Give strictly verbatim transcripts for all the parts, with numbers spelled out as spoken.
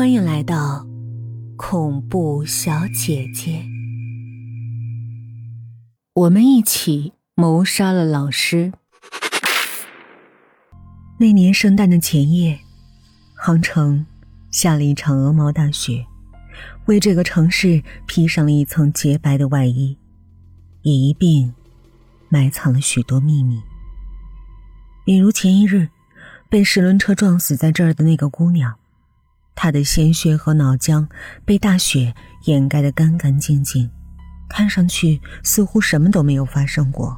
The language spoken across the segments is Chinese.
欢迎来到恐怖小姐姐。我们一起谋杀了老师。那年圣诞的前夜，杭城下了一场鹅毛大雪，为这个城市披上了一层洁白的外衣，也一并埋藏了许多秘密。比如前一日被十轮车撞死在这儿的那个姑娘，她的鲜血和脑浆被大雪掩盖得干干净净，看上去似乎什么都没有发生过。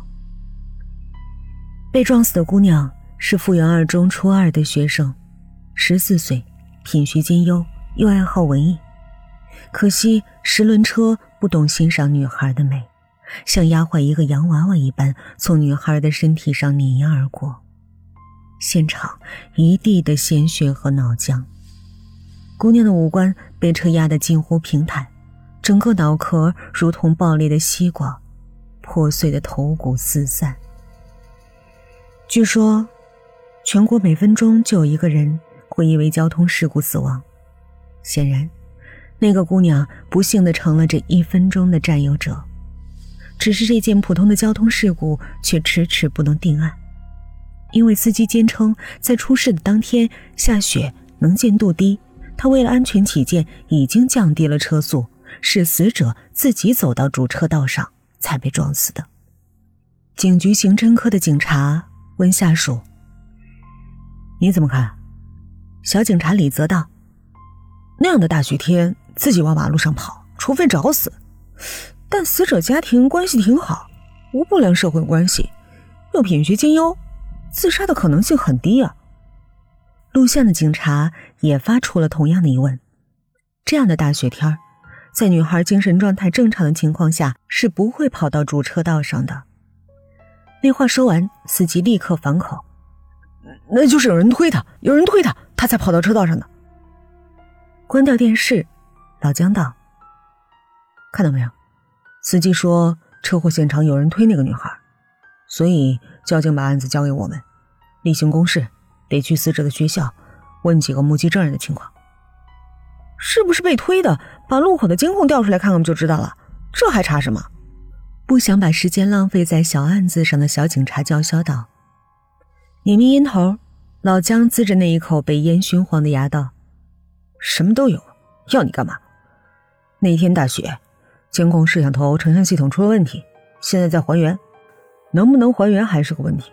被撞死的姑娘是复原二中初二的学生，十四岁，品学兼优，又爱好文艺。可惜十轮车不懂欣赏女孩的美，像压坏一个洋娃娃一般从女孩的身体上碾压而过，现场一地的鲜血和脑浆。姑娘的五官被车压得近乎平坦，整个脑壳如同爆裂的西瓜，破碎的头骨四散。据说全国每分钟就有一个人会因为交通事故死亡，显然那个姑娘不幸地成了这一分钟的占有者。只是这件普通的交通事故却迟迟不能定案，因为司机坚称在出事的当天下雪，能见度低，他为了安全起见已经降低了车速，使死者自己走到主车道上才被撞死的。警局刑侦科的警察问下属：你怎么看？小警察李泽道：那样的大雪天自己往马路上跑，除非找死，但死者家庭关系挺好，无不良社会关系，又品学兼优，自杀的可能性很低啊。录像的警察也发出了同样的疑问。这样的大雪天，在女孩精神状态正常的情况下是不会跑到主车道上的。那话说完，司机立刻反口：那就是有人推他，有人推他，他才跑到车道上的。关掉电视，老姜道：看到没有，司机说车祸现场有人推那个女孩，所以交警把案子交给我们，例行公事，得去死者的学校问几个目击证人的情况。是不是被推的，把路口的监控调出来看看不就知道了，这还查什么？不想把时间浪费在小案子上的小警察叫嚣道。拧拧烟头，老姜呲着那一口被烟熏黄的牙道：什么都有，要你干嘛？那天大雪，监控摄像头成像系统出了问题，现在在还原，能不能还原还是个问题。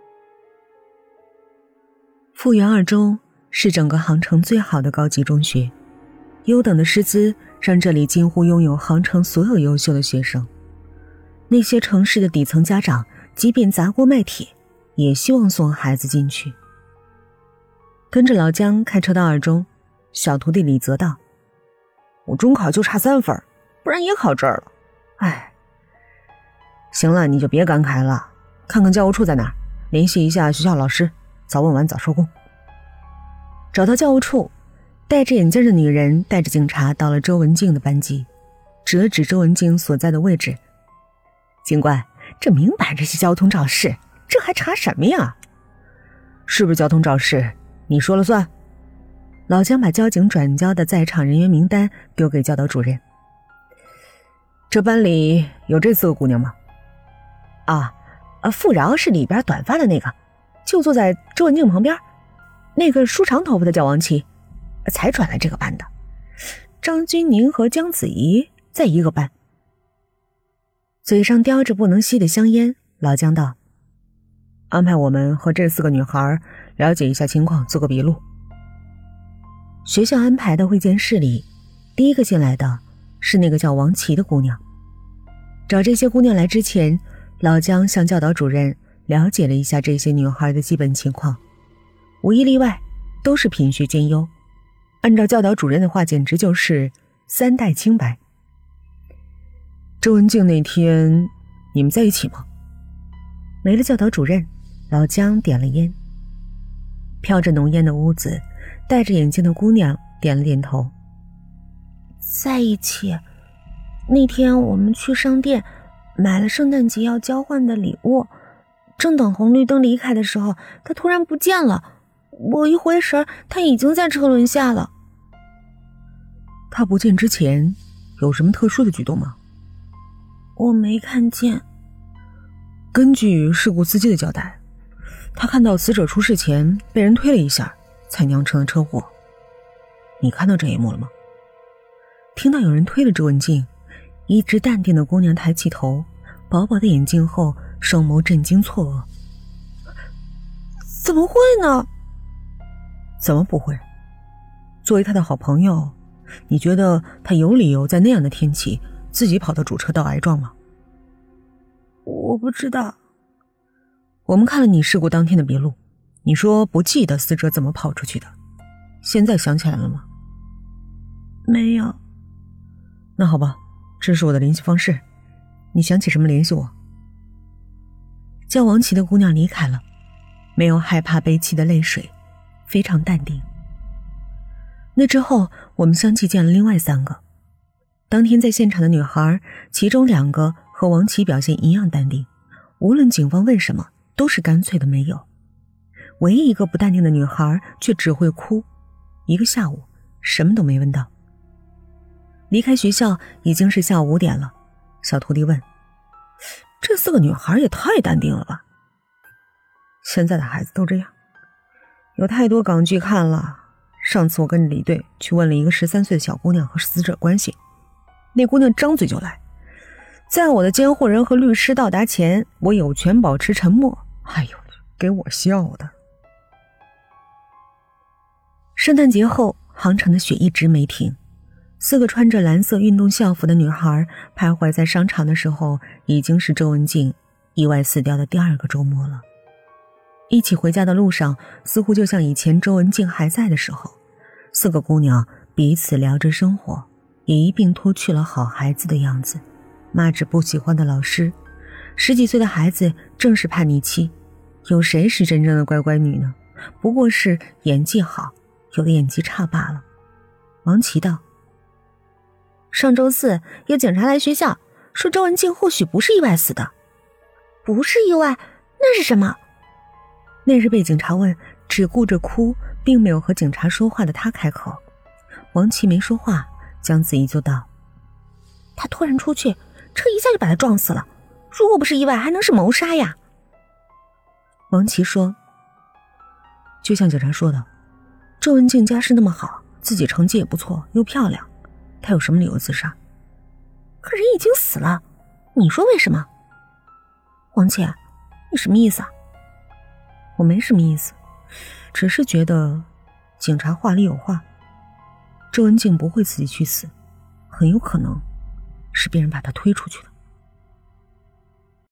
复原二中是整个杭城最好的高级中学，优等的师资让这里几乎拥有杭城所有优秀的学生。那些城市的底层家长即便砸锅卖铁也希望送孩子进去。跟着老姜开车到二中，小徒弟李泽道：我中考就差三分，不然也考这儿了。哎，行了，你就别感慨了，看看教务处在哪儿，联系一下学校老师，早问完早收工。找到教务处，戴着眼镜的女人带着警察到了周文静的班级，指了指周文静所在的位置：警官，这明摆着是交通肇事，这还查什么呀？是不是交通肇事你说了算。老姜把交警转交的在场人员名单丢给教导主任。这班里有这四个姑娘吗？啊，呃，傅饶是里边短发的那个，就坐在周文静旁边。那个梳长头发的叫王琦，才转来这个班的。张钧宁和姜子怡在一个班。嘴上叼着不能吸的香烟，老姜道：安排我们和这四个女孩了解一下情况，做个笔录。学校安排的会见室里，第一个进来的是那个叫王琦的姑娘。找这些姑娘来之前，老姜向教导主任了解了一下这些女孩的基本情况，无一例外都是品学兼优，按照教导主任的话，简直就是三代清白。周文静那天你们在一起吗？没了教导主任，老姜点了烟。飘着浓烟的屋子，戴着眼镜的姑娘点了点头。在一起，那天我们去商店买了圣诞节要交换的礼物，正等红绿灯离开的时候，他突然不见了，我一回神，他已经在车轮下了。 他不见之前有什么特殊的举动吗？ 我没看见。 根据事故司机的交代，他看到死者出事前被人推了一下，才酿成了车祸。你看到这一幕了吗？听到有人推了周文静，一直淡定的姑娘抬起头，薄薄的眼镜后双眸震惊错愕。 怎么会呢？ 怎么不会？作为他的好朋友，你觉得他有理由在那样的天气自己跑到主车道挨撞吗？ 我不知道。 我们看了你事故当天的笔录，你说不记得死者怎么跑出去的，现在想起来了吗？ 没有。 那好吧，这是我的联系方式，你想起什么联系我。叫王琦的姑娘离开了，没有害怕悲戚的泪水，非常淡定。那之后我们相继见了另外三个。当天在现场的女孩，其中两个和王琦表现一样淡定，无论警方问什么都是干脆的没有。唯一一个不淡定的女孩却只会哭，一个下午什么都没问到。离开学校已经是下午五点了，小徒弟问，这四个女孩也太淡定了吧。现在的孩子都这样，有太多港剧看了。上次我跟李队去问了一个十三岁的小姑娘和死者关系，那姑娘张嘴就来，在我的监护人和律师到达前，我有权保持沉默。哎呦，给我笑的。圣诞节后，杭城的雪一直没停。四个穿着蓝色运动校服的女孩徘徊在商场的时候，已经是周文静意外死掉的第二个周末了。一起回家的路上，似乎就像以前周文静还在的时候，四个姑娘彼此聊着生活，也一并脱去了好孩子的样子，骂着不喜欢的老师。十几岁的孩子正是叛逆期，有谁是真正的乖乖女呢？不过是演技好，有的演技差罢了。王琦道， 上周四有警察来学校，说周文静或许不是意外死的。不是意外，那是什么？ 那日被警察问，只顾着哭，并没有和警察说话的他开口。王琦没说话，江子怡就道， 他突然出去，车一下就把他撞死了，如果不是意外还能是谋杀呀。 王琦说，就像警察说的，周文静家世那么好，自己成绩也不错，又漂亮，他有什么理由自杀？ 可人已经死了，你说为什么？王琦，你什么意思啊？ 我没什么意思，只是觉得警察话里有话，周文静不会自己去死，很有可能是别人把她推出去的。